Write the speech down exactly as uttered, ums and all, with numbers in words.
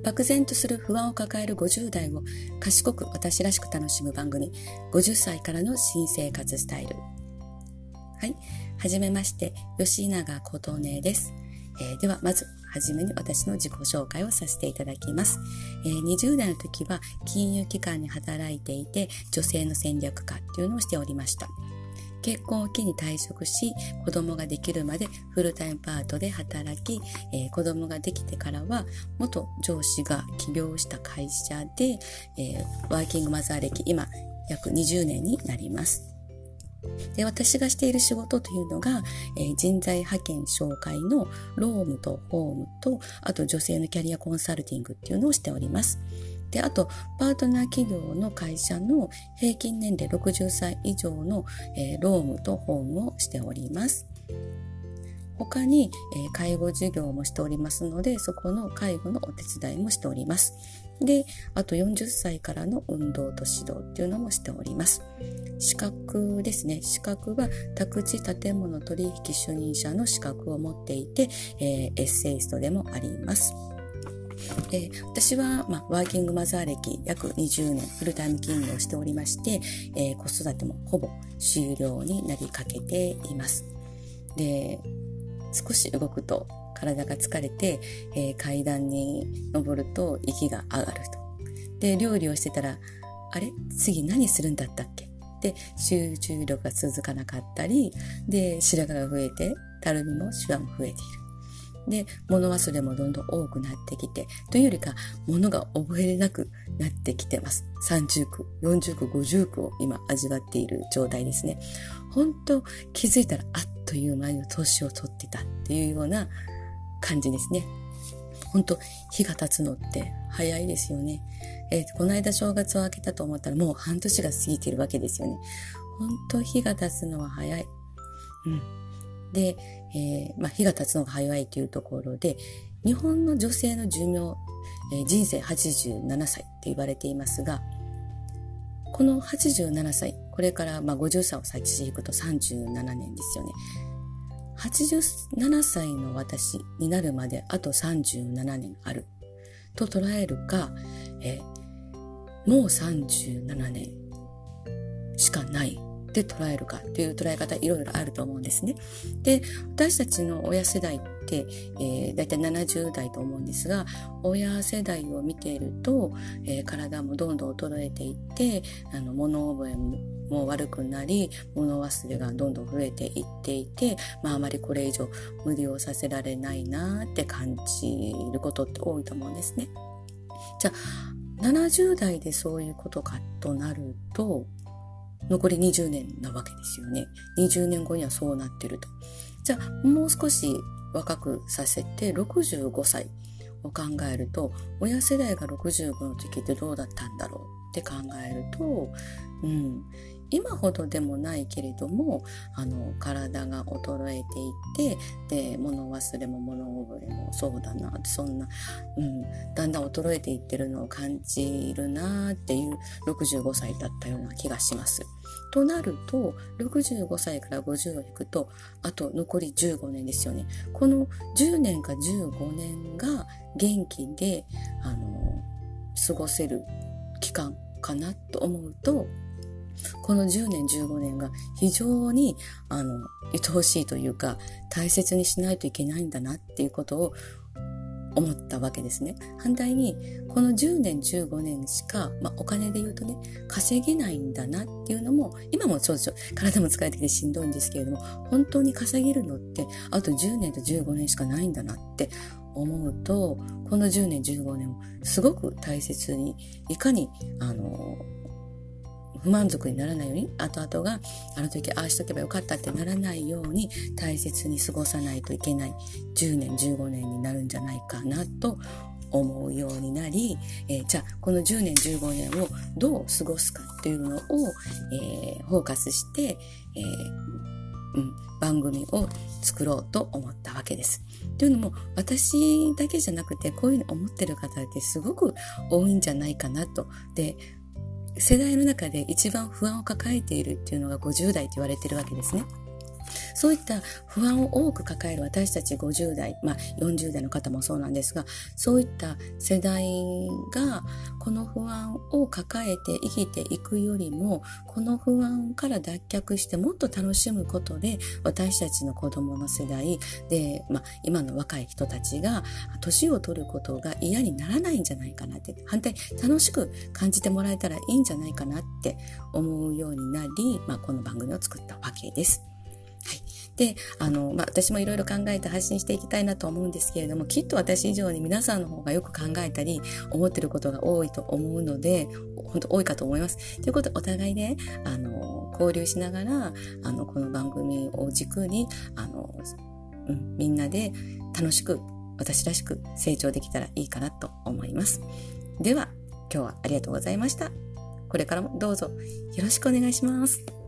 漠然とする不安を抱えるごじゅう代を賢く私らしく楽しむ番組、ごじゅっさいからの新生活スタイル。はい、はじめまして、吉永琴音です。えー、ではまずはじめに私の自己紹介をさせていただきます。えー、にじゅう代の時は金融機関に働いていて、女性の戦略家っていうのをしておりました。結婚を機に退職し、子供ができるまでフルタイムパートで働き、えー、子供ができてからは元上司が起業した会社で、えー、ワーキングマザー歴今約にじゅうねんになります。で、私がしている仕事というのが、えー、人材派遣紹介のロームとホームと、あと女性のキャリアコンサルティングっていうのをしております。で、あとパートナー企業の会社の平均年齢ろくじゅっさい以上の、えー、ロームとホームをしております。他に、えー、介護事業もしておりますので、そこの介護のお手伝いもしております。で、あとよんじゅっさいからの運動と指導っていうのもしております。資格ですね。資格は宅地建物取引主任者の資格を持っていて、えー、エッセイストでもあります。えー、私は、まあ、ワーキングマザー歴約にじゅうねんフルタイム勤務をしておりまして、えー、子育てもほぼ終了になりかけています。で、少し動くと体が疲れて、えー、階段に登ると息が上がると。で、料理をしてたら、あれ次何するんだったっけで、集中力が続かなかったり、で、白髪が増えて、たるみもシワも増えている。で、物忘れもどんどん多くなってきて、というよりか、物が覚えれなくなってきてます。さんじゅうく、よんじゅうく、ごじゅうくを今味わっている状態ですね。本当気づいたらあっという間に年を取ってたっていうような感じですね。本当日が経つのって早いですよね。えー、この間正月を明けたと思ったらもう半年が過ぎてるわけですよね。本当日が経つのは早い。うん。で、えーまあ、日が経つのが早いというところで、日本の女性の寿命、えー、人生はちじゅうななさいって言われていますが、このはちじゅうななさい、これからまあごじゅっさいを差し引くとさんじゅうななねんですよね。はちじゅうななさいの私になるまであとさんじゅうななねんあると捉えるか、えー、もうさんじゅうななねんしかないで捉えるかという捉え方いろいろあると思うんですね。で、私たちの親世代って、えー、だいたいななじゅう代と思うんですが、親世代を見ていると、えー、体もどんどん衰えていって、あの物覚えももう悪くなり、物忘れがどんどん増えていっていて、まああまりこれ以上無理をさせられないなって感じることって多いと思うんですね。じゃあななじゅう代でそういうことかとなると、残りにじゅうねんなわけですよね。にじゅうねんごにはそうなってると。じゃあもう少し若くさせてろくじゅうごさいを考えると、親世代がろくじゅうごの時ってどうだったんだろうって考えると、うん、今ほどでもないけれども、あの体が衰えていって、で物忘れも物覚えもそうだな、そんな、うん、だんだん衰えていってるのを感じるなっていうろくじゅうごさいだったような気がします。となると、ろくじゅうごさいからごじゅうを引くと、あと残りじゅうごねんですよね。このじゅうねんかじゅうごねんが元気で、あの、過ごせる期間かなと思うと、このじゅうねんじゅうごねんが非常にあの愛おしいというか、大切にしないといけないんだなっていうことを思ったわけですね。反対にこのじゅうねんじゅうごねんしか、まあ、お金で言うとね稼げないんだなっていうのも、今もそうでしょ、体も疲れてきてしんどいんですけれども、本当に稼げるのってあとじゅうねんとじゅうごねんしかないんだなって思うと、このじゅうねんじゅうごねんをすごく大切に、いかにあの不満足にならないように、後々があの時ああしとけばよかったってならないように大切に過ごさないといけないじゅうねんじゅうごねんになるんじゃないかなと思うようになり、えー、じゃあこのじゅうねんじゅうごねんをどう過ごすかっていうのを、えー、フォーカスして、えーうん、番組を作ろうと思ったわけです。というのも、私だけじゃなくてこういうの思ってる方ってすごく多いんじゃないかなと。で、世代の中で一番不安を抱えているっていうのがごじゅう代と言われているわけですね。 そういった不安を多く抱える私たちごじゅう代、まあよんじゅう代の方もそうなんですが、そういった世代がこの不安を抱えて生きていくよりも、この不安から脱却してもっと楽しむことで、私たちの子供の世代で、まあ今の若い人たちが年を取ることが嫌にならないんじゃないかなって、反対楽しく感じてもらえたらいいんじゃないかなって思うようになり、まあこの番組を作ったわけです。はい。で、あの、まあ、私もいろいろ考えて発信していきたいなと思うんですけれども、きっと私以上に皆さんの方がよく考えたり、思ってることが多いと思うので、本当多いかと思います。ということで、お互いね、あの、交流しながら、あの、この番組を軸に、あの、うん、みんなで楽しく、私らしく成長できたらいいかなと思います。では、今日はありがとうございました。これからもどうぞよろしくお願いします。